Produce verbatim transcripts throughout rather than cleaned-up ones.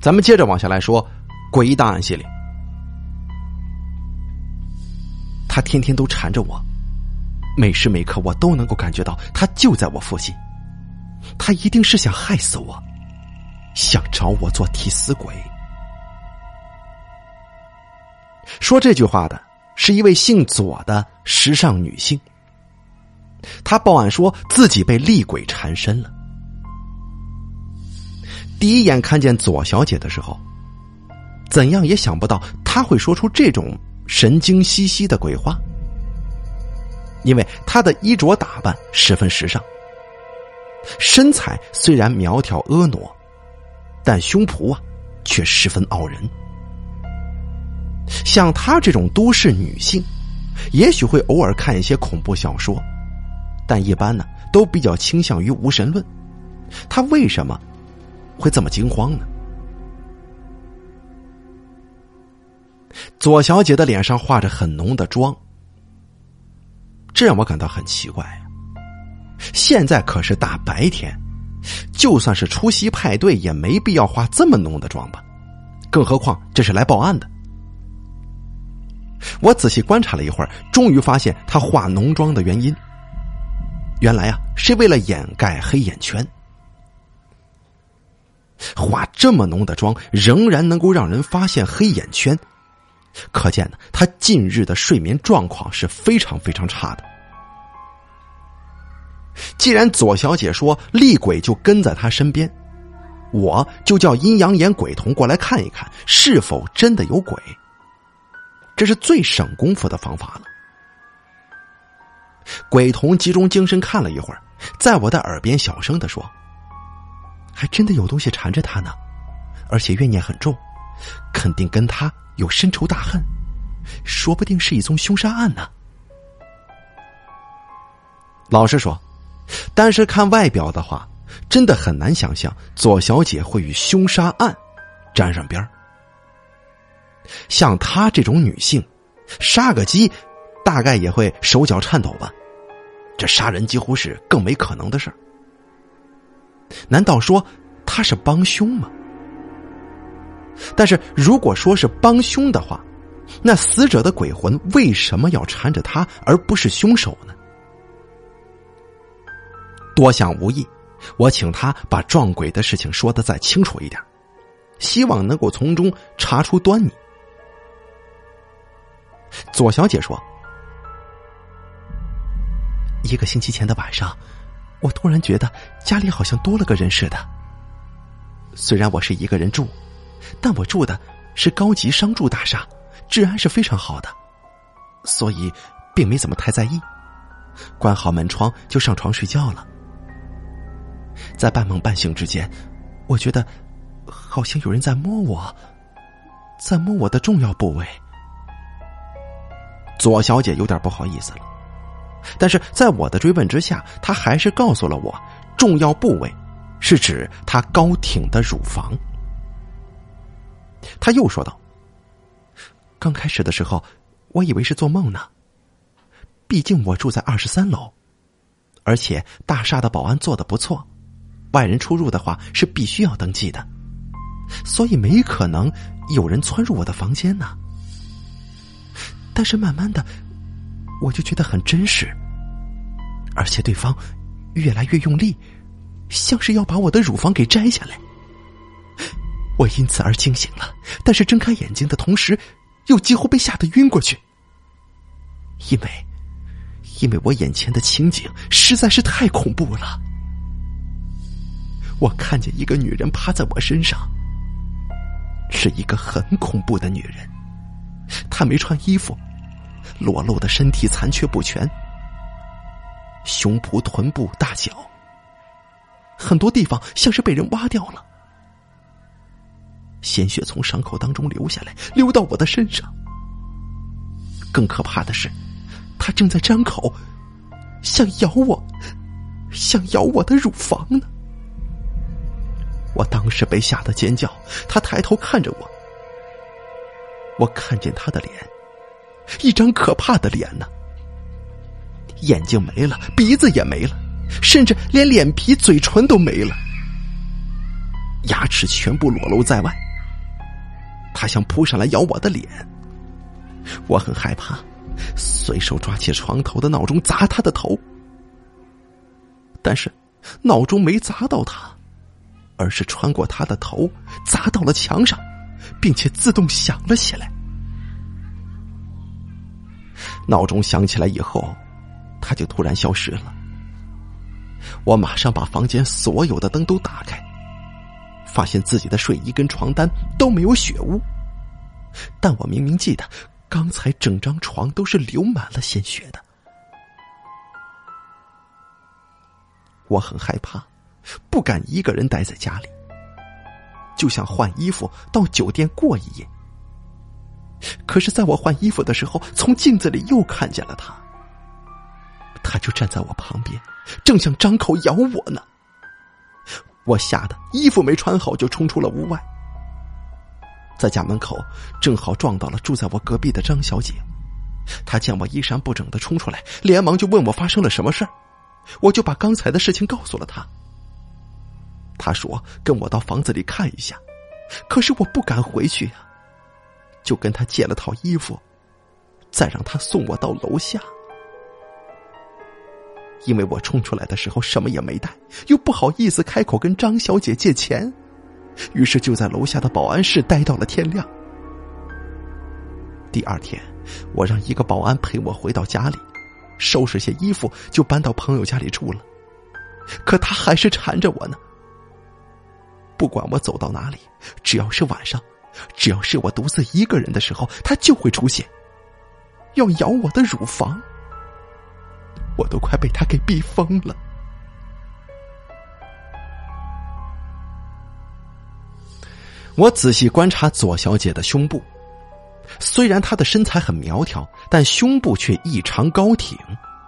咱们接着往下来说诡异档案系列。他天天都缠着我，每时每刻我都能够感觉到他就在我附近，他一定是想害死我，想找我做替死鬼。说这句话的是一位姓左的时尚女性，她报案说自己被厉鬼缠身了。第一眼看见左小姐的时候，怎样也想不到她会说出这种神经兮兮的鬼话，因为她的衣着打扮十分时尚，身材虽然苗条婀娜，但胸脯啊却十分傲人。像她这种都市女性，也许会偶尔看一些恐怖小说，但一般呢都比较倾向于无神论。她为什么会这么惊慌呢？左小姐的脸上画着很浓的妆，这让我感到很奇怪啊。现在可是大白天，就算是出席派对也没必要化这么浓的妆吧，更何况这是来报案的。我仔细观察了一会儿，终于发现她化浓妆的原因，原来啊是为了掩盖黑眼圈。化这么浓的妆仍然能够让人发现黑眼圈，可见呢她近日的睡眠状况是非常非常差的。既然左小姐说厉鬼就跟在她身边，我就叫阴阳眼鬼童过来看一看是否真的有鬼，这是最省功夫的方法了。鬼童集中精神看了一会儿，在我的耳边小声地说，还真的有东西缠着他呢，而且怨念很重，肯定跟他有深仇大恨，说不定是一宗凶杀案呢。老实说，但是看外表的话，真的很难想象左小姐会与凶杀案沾上边儿。像她这种女性，杀个鸡大概也会手脚颤抖吧，这杀人几乎是更没可能的事儿。难道说她是帮凶吗？但是如果说是帮凶的话，那死者的鬼魂为什么要缠着她而不是凶手呢？多想无益，我请他把撞鬼的事情说得再清楚一点，希望能够从中查出端倪。左小姐说，一个星期前的晚上，我突然觉得家里好像多了个人似的。虽然我是一个人住，但我住的是高级商住大厦，治安是非常好的，所以并没怎么太在意，关好门窗就上床睡觉了。在半梦半醒之间，我觉得好像有人在摸我，在摸我的重要部位。左小姐有点不好意思了，但是在我的追问之下，她还是告诉了我，重要部位是指她高挺的乳房。她又说道，刚开始的时候我以为是做梦呢，毕竟我住在二十三楼，而且大厦的保安做得不错，外人出入的话是必须要登记的，所以没可能有人窜入我的房间呢。但是慢慢的我就觉得很真实，而且对方越来越用力，像是要把我的乳房给摘下来。我因此而惊醒了，但是睁开眼睛的同时又几乎被吓得晕过去，因为因为我眼前的情景实在是太恐怖了。我看见一个女人趴在我身上，是一个很恐怖的女人，她没穿衣服，裸露的身体残缺不全，胸脯、臀部、大脚，很多地方像是被人挖掉了，鲜血从伤口当中流下来，流到我的身上。更可怕的是，她正在张口，想咬我，想咬我的乳房呢。我当时被吓得尖叫，她抬头看着我，我看见她的脸，一张可怕的脸呢，眼睛没了，鼻子也没了，甚至连脸皮、嘴唇都没了，牙齿全部裸露在外， 他想扑上来咬我的脸。我很害怕，随手抓起床头的闹钟砸他的头，但是闹钟没砸到他，而是穿过他的头砸到了墙上，并且自动响了起来。闹钟响起来以后，他就突然消失了。我马上把房间所有的灯都打开，发现自己的睡衣跟床单都没有血污，但我明明记得刚才整张床都是流满了鲜血的。我很害怕，不敢一个人待在家里，就想换衣服到酒店过一夜。可是在我换衣服的时候，从镜子里又看见了他，他就站在我旁边，正想张口咬我呢。我吓得衣服没穿好就冲出了屋外，在家门口正好撞到了住在我隔壁的张小姐。她见我衣衫不整地冲出来，连忙就问我发生了什么事儿。我就把刚才的事情告诉了她。她说跟我到房子里看一下，可是我不敢回去呀、啊，就跟她借了套衣服，再让她送我到楼下。因为我冲出来的时候什么也没带，又不好意思开口跟张小姐借钱，于是就在楼下的保安室待到了天亮。第二天，我让一个保安陪我回到家里，收拾些衣服就搬到朋友家里住了。可他还是缠着我呢，不管我走到哪里，只要是晚上，只要是我独自一个人的时候，他就会出现，要咬我的乳房。我都快被他给逼疯了。我仔细观察左小姐的胸部，虽然她的身材很苗条，但胸部却异常高挺。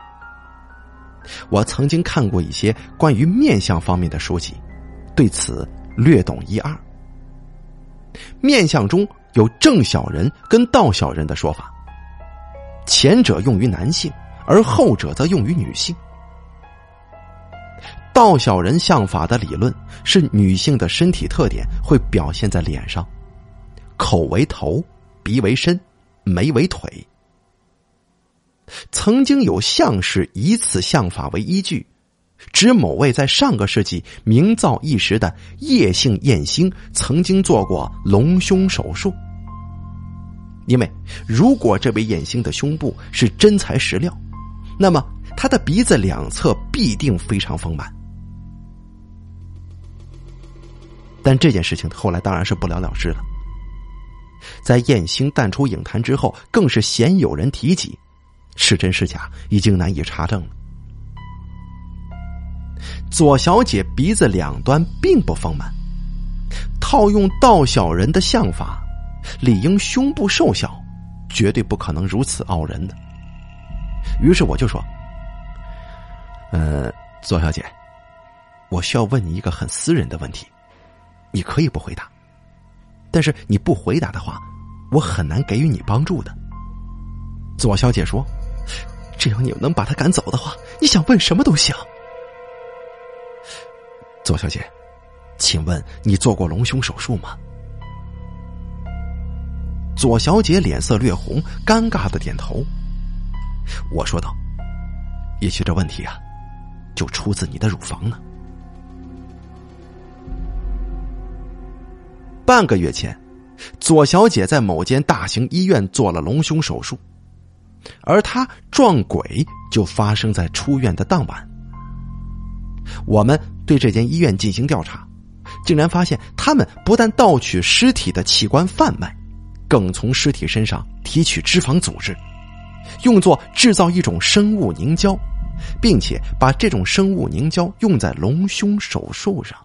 我曾经看过一些关于面相方面的书籍，对此略懂一二。面相中有正小人跟倒小人的说法，前者用于男性，而后者则用于女性。倒小人相法的理论是女性的身体特点会表现在脸上，口为头，鼻为身，眉为腿。曾经有相士以此相法为依据，指某位在上个世纪名噪一时的叶姓艳星曾经做过隆胸手术。因为如果这位艳星的胸部是真材实料，那么她的鼻子两侧必定非常丰满。但这件事情后来当然是不了了之了。在艳星淡出影坛之后，更是鲜有人提及，是真是假已经难以查证了。左小姐鼻子两端并不丰满，套用倒小人的相法，理应胸部瘦小，绝对不可能如此傲人的。于是我就说，呃，左小姐，我需要问你一个很私人的问题，你可以不回答，但是你不回答的话，我很难给予你帮助的。左小姐说，只要你能把他赶走的话，你想问什么都行。左小姐，请问你做过隆胸手术吗？左小姐脸色略红，尴尬的点头。我说道，也许这问题啊，就出自你的乳房呢。半个月前，左小姐在某间大型医院做了隆胸手术，而她撞鬼就发生在出院的当晚。我们对这间医院进行调查，竟然发现他们不但盗取尸体的器官贩卖，更从尸体身上提取脂肪组织，用作制造一种生物凝胶，并且把这种生物凝胶用在隆胸手术上。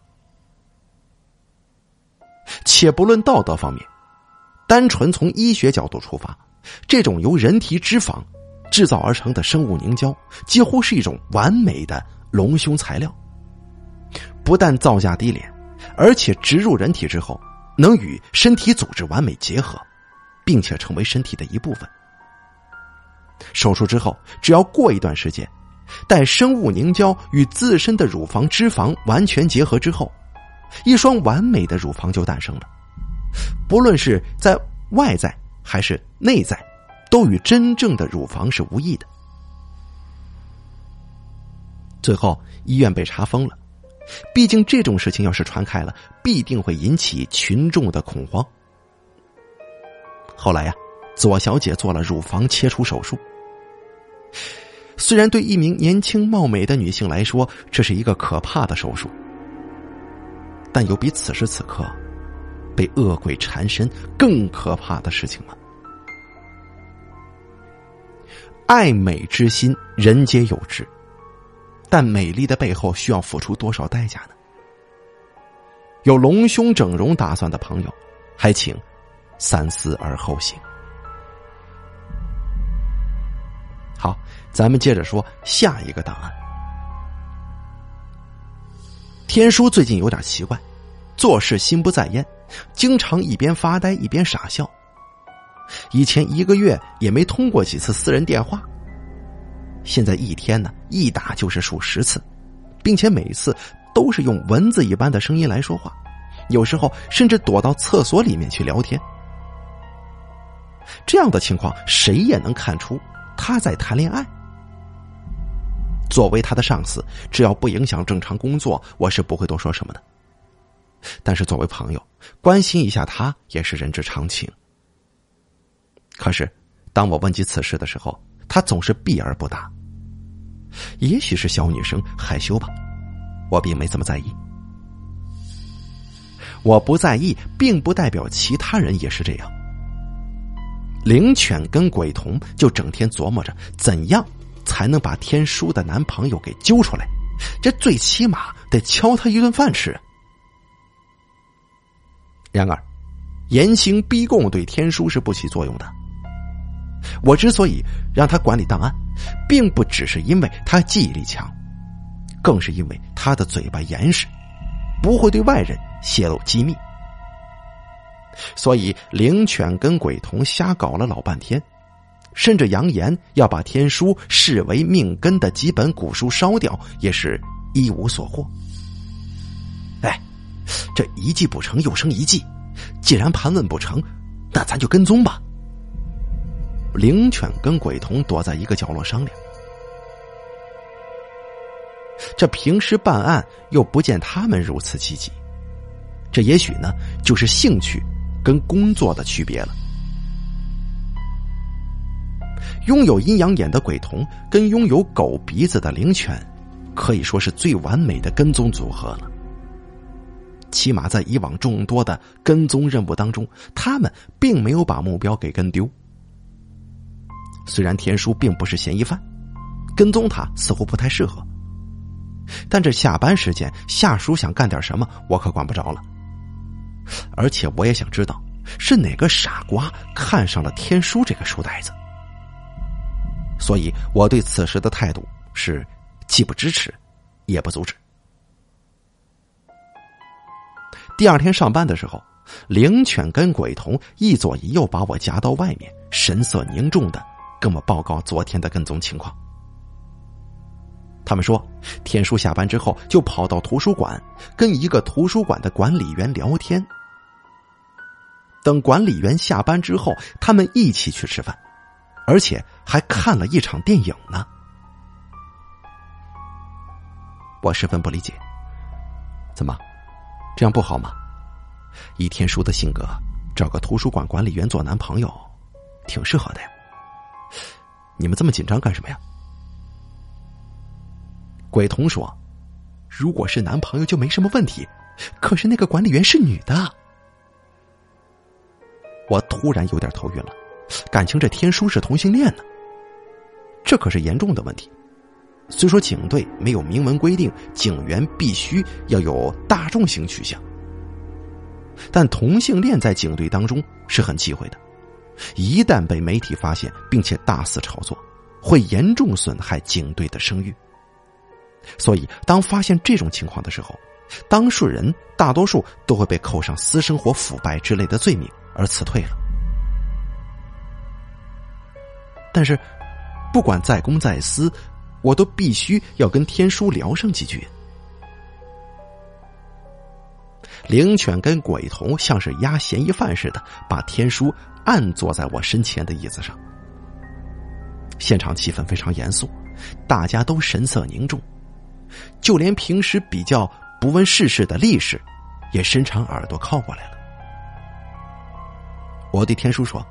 且不论道德方面，单纯从医学角度出发，这种由人体脂肪制造而成的生物凝胶几乎是一种完美的隆胸材料，不但造价低廉，而且植入人体之后能与身体组织完美结合，并且成为身体的一部分。手术之后，只要过一段时间，待生物凝胶与自身的乳房脂肪完全结合之后，一双完美的乳房就诞生了。 不论是在外在还是内在，都与真正的乳房是无异的。最后医院被查封了，毕竟这种事情要是传开了，必定会引起群众的恐慌。后来呀、啊，左小姐做了乳房切除手术。虽然对一名年轻貌美的女性来说，这是一个可怕的手术，但有比此时此刻被恶鬼缠身更可怕的事情吗？爱美之心，人皆有之，但美丽的背后需要付出多少代价呢？有隆胸整容打算的朋友，还请三思而后行。好，咱们接着说下一个档案。天书最近有点奇怪，做事心不在焉，经常一边发呆一边傻笑。以前一个月也没通过几次私人电话，现在一天呢一打就是数十次，并且每次都是用蚊子一般的声音来说话，有时候甚至躲到厕所里面去聊天。这样的情况谁也能看出他在谈恋爱。作为他的上司，只要不影响正常工作，我是不会多说什么的。但是作为朋友，关心一下他也是人之常情。可是当我问及此事的时候，他总是避而不答。也许是小女生害羞吧，我并没这么在意。我不在意并不代表其他人也是这样。灵犬跟鬼童就整天琢磨着怎样才能把天书的男朋友给揪出来，这最起码得敲他一顿饭吃。然而严刑逼供对天书是不起作用的。我之所以让他管理档案，并不只是因为他记忆力强，更是因为他的嘴巴严实，不会对外人泄露机密。所以灵犬跟鬼童瞎搞了老半天，甚至扬言要把天书视为命根的几本古书烧掉，也是一无所获。哎，这一计不成又生一计，既然盘问不成，那咱就跟踪吧。灵犬跟鬼童躲在一个角落商量，这平时办案又不见他们如此积极，这也许呢就是兴趣跟工作的区别了。拥有阴阳眼的鬼童跟拥有狗鼻子的灵犬，可以说是最完美的跟踪组合了。起码在以往众多的跟踪任务当中，他们并没有把目标给跟丢。虽然天书并不是嫌疑犯，跟踪他似乎不太适合，但这下班时间下属想干点什么，我可管不着了。而且我也想知道是哪个傻瓜看上了天书这个书呆子。所以我对此时的态度是既不支持也不阻止。第二天上班的时候，灵犬跟鬼童一左一右把我夹到外面，神色凝重的跟我报告昨天的跟踪情况。他们说天书下班之后就跑到图书馆跟一个图书馆的管理员聊天，等管理员下班之后，他们一起去吃饭，而且还看了一场电影呢。我十分不理解，怎么这样不好吗？以天书的性格，找个图书馆管理员做男朋友挺适合的呀。你们这么紧张干什么呀？鬼童说，如果是男朋友就没什么问题，可是那个管理员是女的。我突然有点头晕了，感情这天书是同性恋呢，这可是严重的问题。虽说警队没有明文规定警员必须要有大众性取向，但同性恋在警队当中是很忌讳的，一旦被媒体发现并且大肆炒作，会严重损害警队的声誉。所以当发现这种情况的时候，当事人大多数都会被扣上私生活腐败之类的罪名而辞退了。但是不管在公在私，我都必须要跟天书聊上几句。 灵犬跟鬼童像是押嫌疑犯似的，把天书按坐在我身前的椅子上。现场气氛非常严肃，大家都神色凝重，就连平时比较不问世事的力士也伸长耳朵靠过来了。我对天书说：“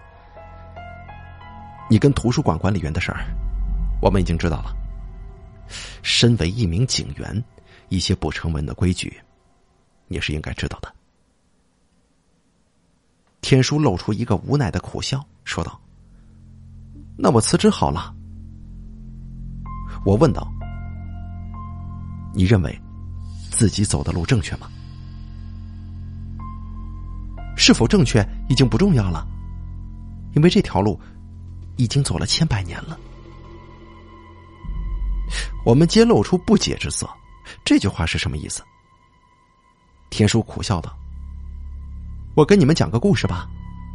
你跟图书馆管理员的事儿，我们已经知道了。身为一名警员，一些不成文的规矩，你是应该知道的。”天书露出一个无奈的苦笑，说道：“那我辞职好了。”我问道：“你认为自己走的路正确吗？”是否正确已经不重要了，因为这条路已经走了千百年了。我们皆露出不解之色，这句话是什么意思？天书苦笑道：“我跟你们讲个故事吧。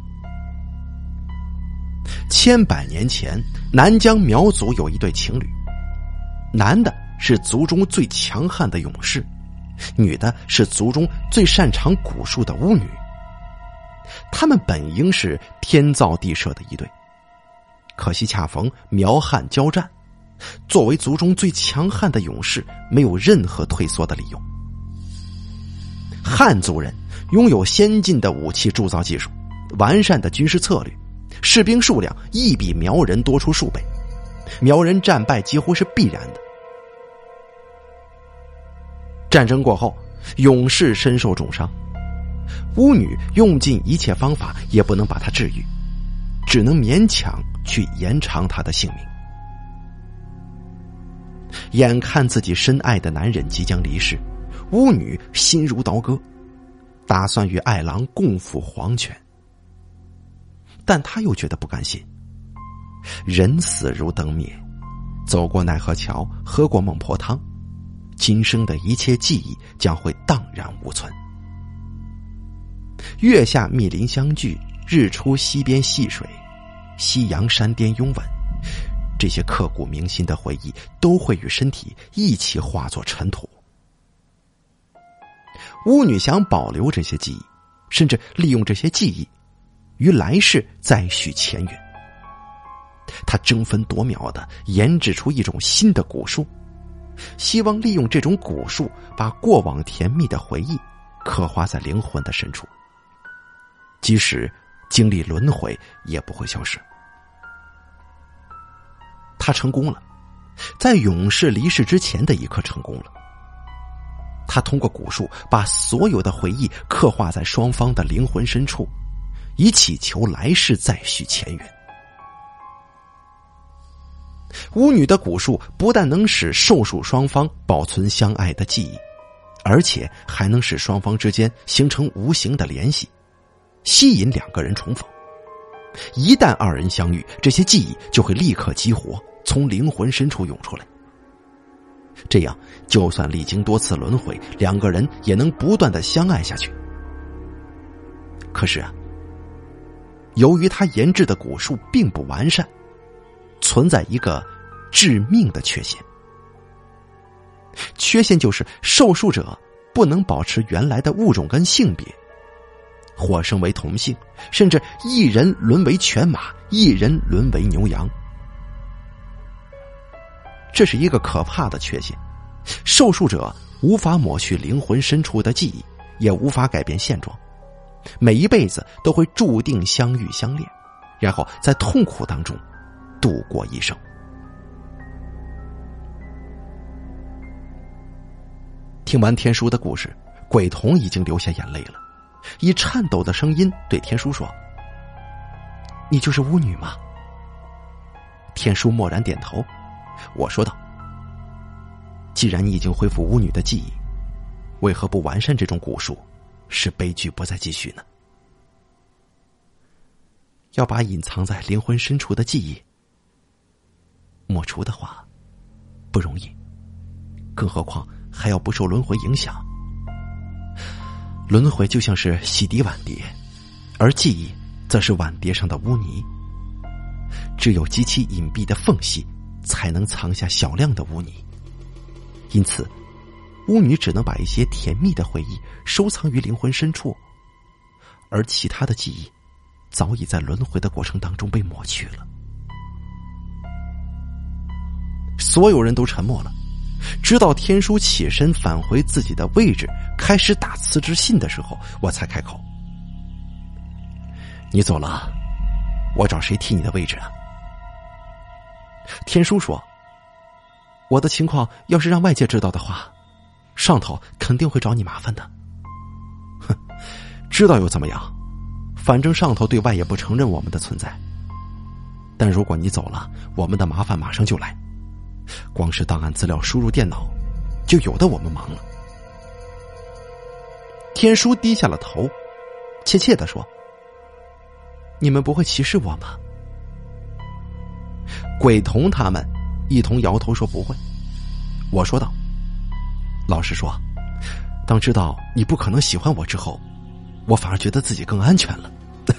千百年前，南疆苗族有一对情侣，男的是族中最强悍的勇士，女的是族中最擅长蛊术的巫女。他们本应是天造地设的一对，可惜恰逢苗汉交战，作为族中最强悍的勇士，没有任何退缩的理由。汉族人拥有先进的武器铸造技术，完善的军事策略，士兵数量亦比苗人多出数倍，苗人战败几乎是必然的。战争过后，勇士身受重伤，巫女用尽一切方法也不能把他治愈，只能勉强去延长他的性命。眼看自己深爱的男人即将离世，巫女心如刀割，打算与爱郎共赴黄泉。但她又觉得不甘心，人死如灯灭，走过奈何桥，喝过孟婆汤，今生的一切记忆将会荡然无存。月下密林相聚，日出溪边戏水，夕阳山巅拥吻，这些刻骨铭心的回忆都会与身体一起化作尘土。巫女想保留这些记忆，甚至利用这些记忆于来世再续前缘。她争分夺秒地研制出一种新的蛊术，希望利用这种蛊术把过往甜蜜的回忆刻画在灵魂的深处，即使经历轮回也不会消失。他成功了，在勇士离世之前的一刻成功了。他通过蛊术把所有的回忆刻画在双方的灵魂深处，以祈求来世再续前缘。巫女的蛊术不但能使受术双方保存相爱的记忆，而且还能使双方之间形成无形的联系，吸引两个人重逢。一旦二人相遇，这些记忆就会立刻激活，从灵魂深处涌出来。这样就算历经多次轮回，两个人也能不断的相爱下去。可是啊，由于他研制的蛊术并不完善，存在一个致命的缺陷。缺陷就是受术者不能保持原来的物种跟性别，或生为同性，甚至一人沦为犬马，一人沦为牛羊。这是一个可怕的缺陷，受术者无法抹去灵魂深处的记忆，也无法改变现状，每一辈子都会注定相遇相恋，然后在痛苦当中度过一生。听完天书的故事，鬼童已经流下眼泪了，以颤抖的声音对天书说：“你就是巫女吗？”天书默然点头。我说道：“既然你已经恢复巫女的记忆，为何不完善这种蛊术，使悲剧不再继续呢？要把隐藏在灵魂深处的记忆抹除的话，不容易，更何况还要不受轮回影响。轮回就像是洗涤碗碟，而记忆则是碗碟上的污泥，只有极其隐蔽的缝隙才能藏下小量的污泥，因此巫女只能把一些甜蜜的回忆收藏于灵魂深处，而其他的记忆早已在轮回的过程当中被抹去了。所有人都沉默了，直到天书起身返回自己的位置，开始打辞职信的时候，我才开口：你走了，我找谁替你的位置啊？天书说：我的情况要是让外界知道的话，上头肯定会找你麻烦的。哼，知道又怎么样？反正上头对外也不承认我们的存在。但如果你走了，我们的麻烦马上就来。光是档案资料输入电脑，就有的我们忙了。天书低下了头，怯怯地说：你们不会歧视我吗？鬼童他们一同摇头说不会。我说道：老实说，当知道你不可能喜欢我之后，我反而觉得自己更安全了。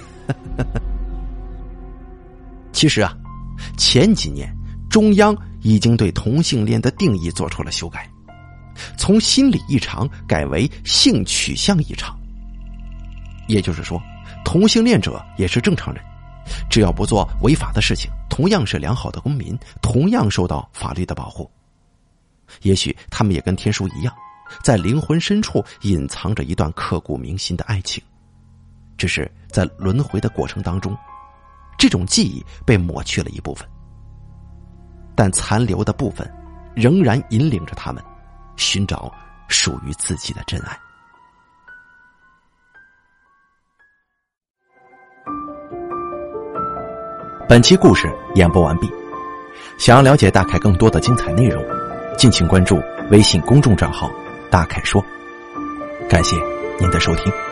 其实啊，前几年中央已经对同性恋的定义做出了修改，从心理异常改为性取向异常。也就是说，同性恋者也是正常人，只要不做违法的事情，同样是良好的公民，同样受到法律的保护。也许他们也跟天书一样，在灵魂深处隐藏着一段刻骨铭心的爱情，只是在轮回的过程当中，这种记忆被抹去了一部分，但残留的部分仍然引领着他们寻找属于自己的真爱。本期故事演播完毕，想要了解大凯更多的精彩内容，敬请关注微信公众账号大凯说。感谢您的收听。